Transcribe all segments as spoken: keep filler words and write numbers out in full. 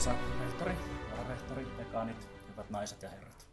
Arvoisa rehtori, vararehtori, dekaanit, hyvät naiset ja herrat.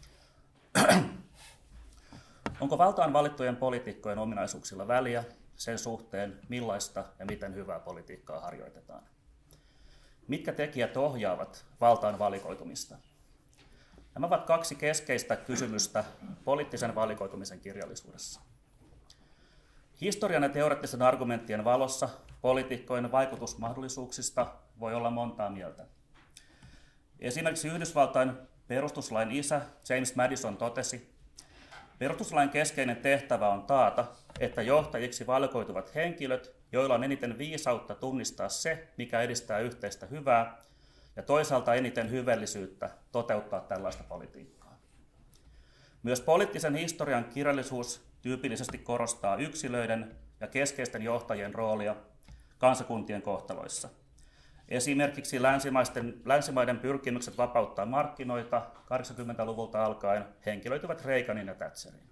Onko valtaan valittujen poliitikkojen ominaisuuksilla väliä sen suhteen, millaista ja miten hyvää politiikkaa harjoitetaan? Mitkä tekijät ohjaavat valtaan valikoitumista? Nämä ovat kaksi keskeistä kysymystä poliittisen valikoitumisen kirjallisuudessa. Historian ja teoreettisen argumenttien valossa poliitikkojen vaikutusmahdollisuuksista voi olla montaa mieltä. Esimerkiksi Yhdysvaltain perustuslain isä James Madison totesi, perustuslain keskeinen tehtävä on taata, että johtajiksi valikoituvat henkilöt, joilla on eniten viisautta tunnistaa se, mikä edistää yhteistä hyvää, ja toisaalta eniten hyvällisyyttä toteuttaa tällaista politiikkaa. Myös poliittisen historian kirjallisuus tyypillisesti korostaa yksilöiden ja keskeisten johtajien roolia kansakuntien kohtaloissa. Esimerkiksi länsimaisten, länsimaiden pyrkimykset vapauttaa markkinoita kahdeksankymmentäluvulta alkaen henkilöityvät Reaganin ja Thatcherin.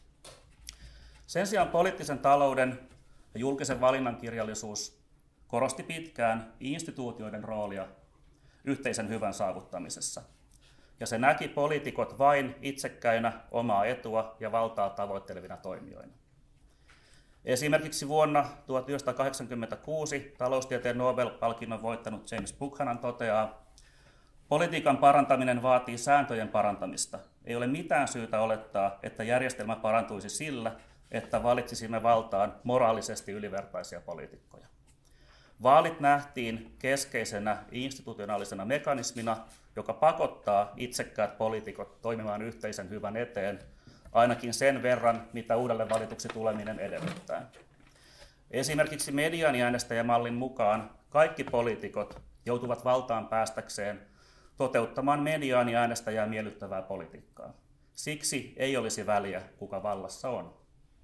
Sen sijaan poliittisen talouden ja julkisen valinnan kirjallisuus korosti pitkään instituutioiden roolia yhteisen hyvän saavuttamisessa. Ja se näki poliitikot vain itsekkäinä omaa etua ja valtaa tavoittelevina toimijoina. Esimerkiksi vuonna tuhatyhdeksänsataakahdeksankymmentäkuusi taloustieteen Nobel-palkinnon voittanut James Buchanan toteaa, politiikan parantaminen vaatii sääntöjen parantamista. Ei ole mitään syytä olettaa, että järjestelmä parantuisi sillä, että valitsisimme valtaan moraalisesti ylivertaisia poliitikkoja. Vaalit nähtiin keskeisenä institutionaalisena mekanismina, joka pakottaa itsekkäät poliitikot toimimaan yhteisen hyvän eteen, ainakin sen verran, mitä uudelle valituksi tuleminen edellyttää. Esimerkiksi mediaaniäänestäjämallin mukaan kaikki poliitikot joutuvat valtaan päästäkseen toteuttamaan mediaaniäänestäjää miellyttävää politiikkaa. Siksi ei olisi väliä, kuka vallassa on.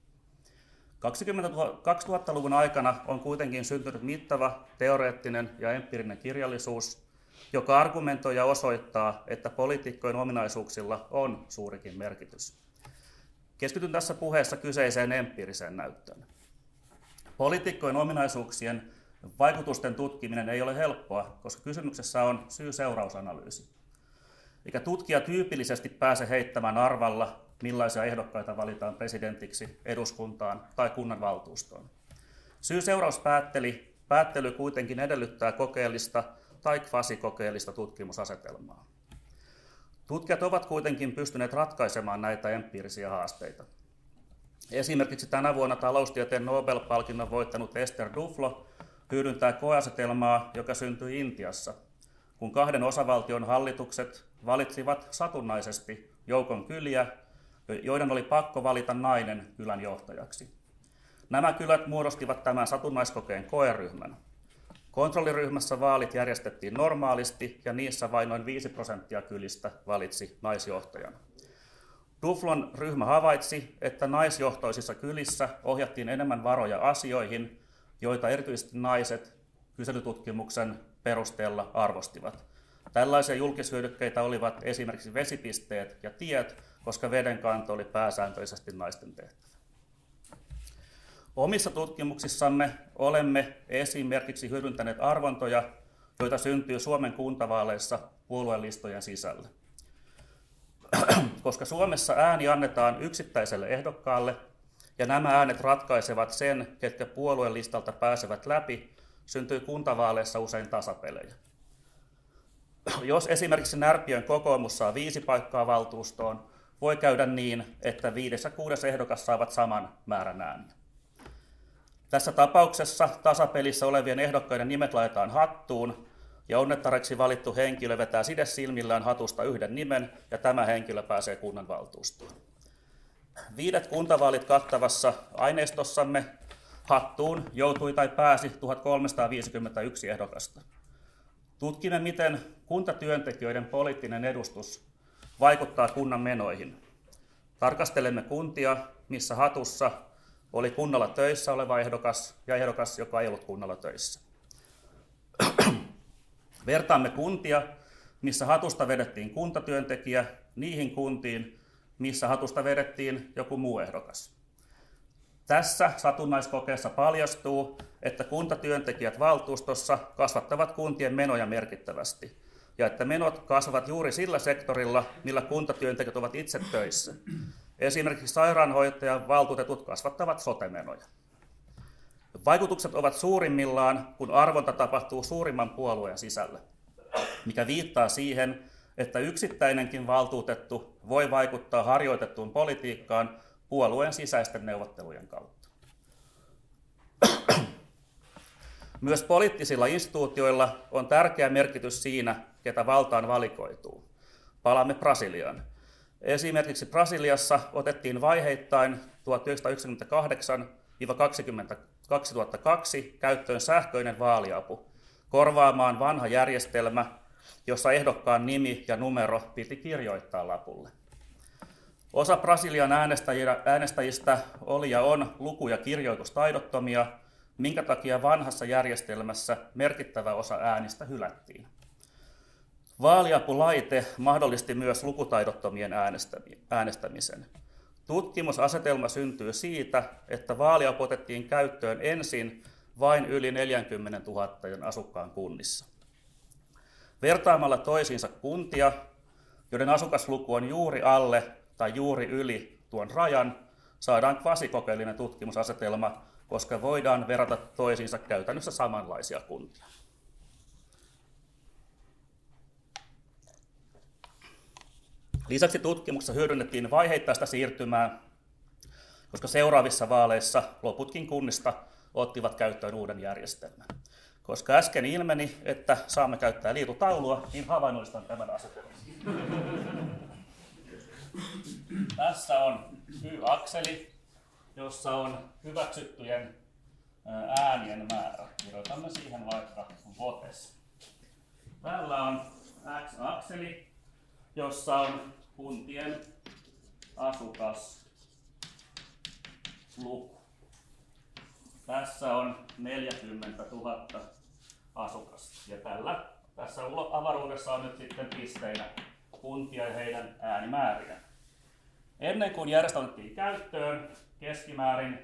kaksituhattaluvun aikana on kuitenkin syntynyt mittava teoreettinen ja empiirinen kirjallisuus, joka argumentoi ja osoittaa, että poliitikkojen ominaisuuksilla on suurikin merkitys. Keskityn tässä puheessa kyseiseen empiiriseen näyttöön. Poliitikkojen ominaisuuksien vaikutusten tutkiminen ei ole helppoa, koska kysymyksessä on syy-seurausanalyysi. Eikä tutkija tyypillisesti pääse heittämään arvalla, millaisia ehdokkaita valitaan presidentiksi, eduskuntaan tai kunnanvaltuustoon. Syy-seurauspäättely kuitenkin edellyttää kokeellista tai kvasikokeellista tutkimusasetelmaa. Tutkijat ovat kuitenkin pystyneet ratkaisemaan näitä empiirisiä haasteita. Esimerkiksi tänä vuonna taloustieteen Nobel-palkinnon voittanut Esther Duflo hyödyntää koeasetelmaa, joka syntyi Intiassa, kun kahden osavaltion hallitukset valitsivat satunnaisesti joukon kyliä, joiden oli pakko valita nainen kylän johtajaksi. Nämä kylät muodostivat tämän satunnaiskokeen koeryhmän. Kontrolliryhmässä vaalit järjestettiin normaalisti ja niissä vain noin viisi prosenttia kylistä valitsi naisjohtajan. Duflon ryhmä havaitsi, että naisjohtoisissa kylissä ohjattiin enemmän varoja asioihin, joita erityisesti naiset kyselytutkimuksen perusteella arvostivat. Tällaisia julkishyödykkeitä olivat esimerkiksi vesipisteet ja tiet, koska vedenkanto oli pääsääntöisesti naisten tehtävä. Omissa tutkimuksissamme olemme esimerkiksi hyödyntäneet arvontoja, joita syntyy Suomen kuntavaaleissa puoluelistojen sisällä. Koska Suomessa ääni annetaan yksittäiselle ehdokkaalle ja nämä äänet ratkaisevat sen, ketkä puoluelistalta pääsevät läpi, syntyy kuntavaaleissa usein tasapelejä. Jos esimerkiksi Närpiön kokoomus saa viisi paikkaa valtuustoon, voi käydä niin, että viides ja kuudes ehdokas saavat saman määrän ääniä. Tässä tapauksessa tasapelissä olevien ehdokkaiden nimet laitetaan hattuun ja onnettareksi valittu henkilö vetää sidesilmillään hatusta yhden nimen ja tämä henkilö pääsee kunnanvaltuustoon. Viidet kuntavaalit kattavassa aineistossamme hattuun joutui tai pääsi tuhatkolmesataaviisikymmentäyksi ehdokasta. Tutkimme, miten kuntatyöntekijöiden poliittinen edustus vaikuttaa kunnan menoihin. Tarkastelemme kuntia, missä hatussa oli kunnalla töissä oleva ehdokas ja ehdokas, joka ei ollut kunnalla töissä. Vertaamme kuntia, missä hatusta vedettiin kuntatyöntekijä, niihin kuntiin, missä hatusta vedettiin joku muu ehdokas. Tässä satunnaiskokeessa paljastuu, että kuntatyöntekijät valtuustossa kasvattavat kuntien menoja merkittävästi. ja että menot kasvavat juuri sillä sektorilla, millä kuntatyöntekijät ovat itse töissä. Esimerkiksi sairaanhoitajan valtuutetut kasvattavat sote-menoja. Vaikutukset ovat suurimmillaan, kun arvonta tapahtuu suurimman puolueen sisällä, mikä viittaa siihen, että yksittäinenkin valtuutettu voi vaikuttaa harjoitettuun politiikkaan puolueen sisäisten neuvottelujen kautta. Myös poliittisilla instituutioilla on tärkeä merkitys siinä, ketä valtaan valikoituu. Palaamme Brasiliaan. Esimerkiksi Brasiliassa otettiin vaiheittain tuhatyhdeksänsataayhdeksänkymmentäkahdeksan kaksituhattakaksi käyttöön sähköinen vaaliapu, korvaamaan vanha järjestelmä, jossa ehdokkaan nimi ja numero piti kirjoittaa lapulle. Osa Brasilian äänestäjistä oli ja on luku- ja kirjoitustaidottomia, minkä takia vanhassa järjestelmässä merkittävä osa äänistä hylättiin. Vaaliapulaite mahdollisti myös lukutaidottomien äänestämisen. Tutkimusasetelma syntyy siitä, että vaaliapu otettiin käyttöön ensin vain yli neljäkymmentätuhatta asukkaan kunnissa. Vertaamalla toisiinsa kuntia, joiden asukasluku on juuri alle tai juuri yli tuon rajan, saadaan kvasikokeellinen tutkimusasetelma, koska voidaan verrata toisiinsa käytännössä samanlaisia kuntia. Lisäksi tutkimuksessa hyödynnettiin vaiheittaista siirtymää, koska seuraavissa vaaleissa loputkin kunnista ottivat käyttöön uuden järjestelmän. Koska äsken ilmeni, että saamme käyttää liitutaulua, niin havainnollistan tämän asetelman. Tässä on Y-akseli, jossa on hyväksyttyjen äänien määrä. Kirjoitamme siihen vaikka votes. Täällä on X-akseli, jossa on kuntien asukasluku. Tässä on neljäkymmentätuhatta asukasta. Ja tällä, tässä avaruudessa on nyt sitten pisteinä kuntia ja heidän äänimääriä. Ennen kuin järjestelmä otettiin käyttöön, keskimäärin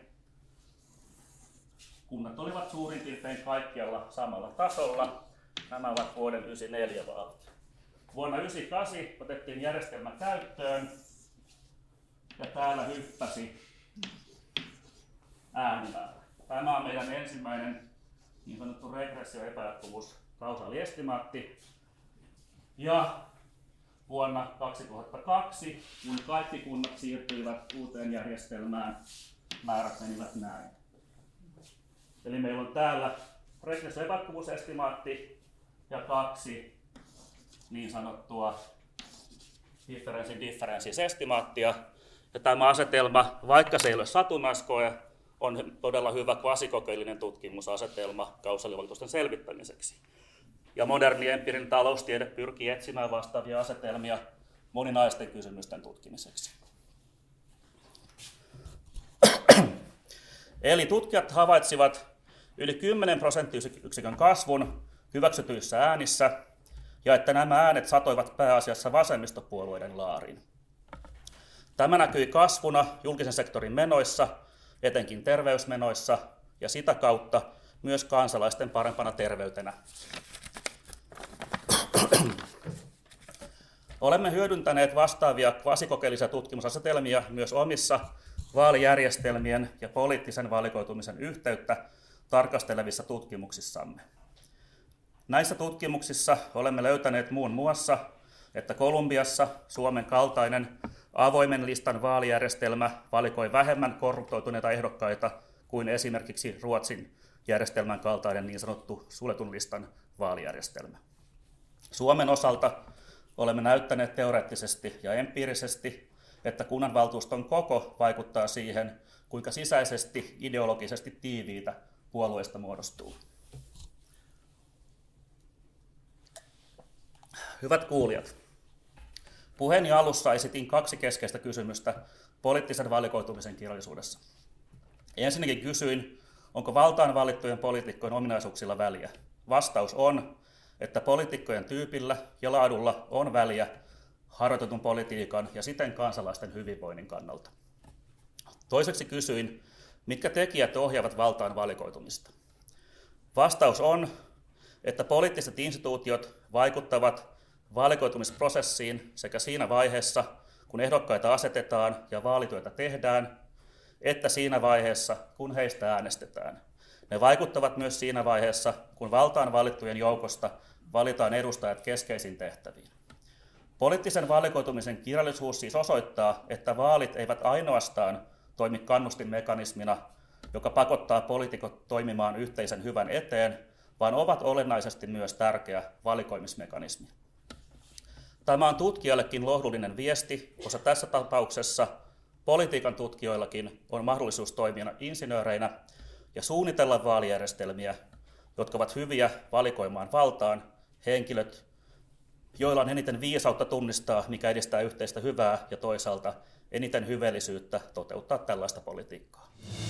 kunnat olivat suurin piirtein kaikkialla samalla tasolla. Nämä ovat vuoden yhdeksänkymmentäneljä vaalit. Vuonna yhdeksänkymmentäkahdeksan otettiin järjestelmä käyttöön ja täällä hyppäsi äänimäärä. Tämä on meidän ensimmäinen niin sanottu regressio-epäjatkuvuus kausaaliestimaatti. Ja vuonna kaksituhattakaksi, kun kaikki kunnat siirtyivät uuteen järjestelmään, määrät menivät näin. Eli meillä on täällä regressio-epäjatkuvuusestimaatti ja kaksi niin sanottua differenssi-differenssisestimaattia. Ja tämä asetelma, vaikka se ei ole satunnaiskoe, on todella hyvä kvasikokeellinen tutkimusasetelma kausaalivaikutusten selvittämiseksi. Ja moderni empiirinen taloustiede pyrkii etsimään vastaavia asetelmia moninaisten kysymysten tutkimiseksi. Eli tutkijat havaitsivat yli kymmenen prosenttiyksikön kasvun hyväksytyissä äänissä, ja että nämä äänet satoivat pääasiassa vasemmistopuolueiden laariin. Tämä näkyi kasvuna julkisen sektorin menoissa, etenkin terveysmenoissa, ja sitä kautta myös kansalaisten parempana terveytenä. Olemme hyödyntäneet vastaavia kvasikokeellisia tutkimusasetelmia myös omissa vaalijärjestelmien ja poliittisen valikoitumisen yhteyttä tarkastelevissa tutkimuksissamme. Näissä tutkimuksissa olemme löytäneet muun muassa, että Kolumbiassa Suomen kaltainen avoimen listan vaalijärjestelmä valikoi vähemmän korruptoituneita ehdokkaita kuin esimerkiksi Ruotsin järjestelmän kaltainen niin sanottu suljetun listan vaalijärjestelmä. Suomen osalta olemme näyttäneet teoreettisesti ja empiirisesti, että kunnanvaltuuston koko vaikuttaa siihen, kuinka sisäisesti ideologisesti tiiviitä puolueista muodostuu. Hyvät kuulijat, puheeni alussa esitin kaksi keskeistä kysymystä poliittisen valikoitumisen kirjallisuudessa. Ensinnäkin kysyin, onko valtaan valittujen poliitikkojen ominaisuuksilla väliä. Vastaus on, että poliitikkojen tyypillä ja laadulla on väliä harjoitetun politiikan ja siten kansalaisten hyvinvoinnin kannalta. Toiseksi kysyin, mitkä tekijät ohjaavat valtaan valikoitumista. Vastaus on, että poliittiset instituutiot vaikuttavat valikoitumisprosessiin sekä siinä vaiheessa, kun ehdokkaita asetetaan ja vaalityötä tehdään, että siinä vaiheessa, kun heistä äänestetään. Ne vaikuttavat myös siinä vaiheessa, kun valtaan valittujen joukosta valitaan edustajat keskeisiin tehtäviin. Poliittisen valikoitumisen kirjallisuus siis osoittaa, että vaalit eivät ainoastaan toimi kannustinmekanismina, joka pakottaa poliitikot toimimaan yhteisen hyvän eteen, vaan ovat olennaisesti myös tärkeä valikoimismekanismi. Tämä on tutkijallekin lohdullinen viesti, koska tässä tapauksessa politiikan tutkijoillakin on mahdollisuus toimia insinööreinä ja suunnitella vaalijärjestelmiä, jotka ovat hyviä valikoimaan valtaan henkilöt, joilla on eniten viisautta tunnistaa, mikä edistää yhteistä hyvää, ja toisaalta eniten hyveellisyyttä toteuttaa tällaista politiikkaa.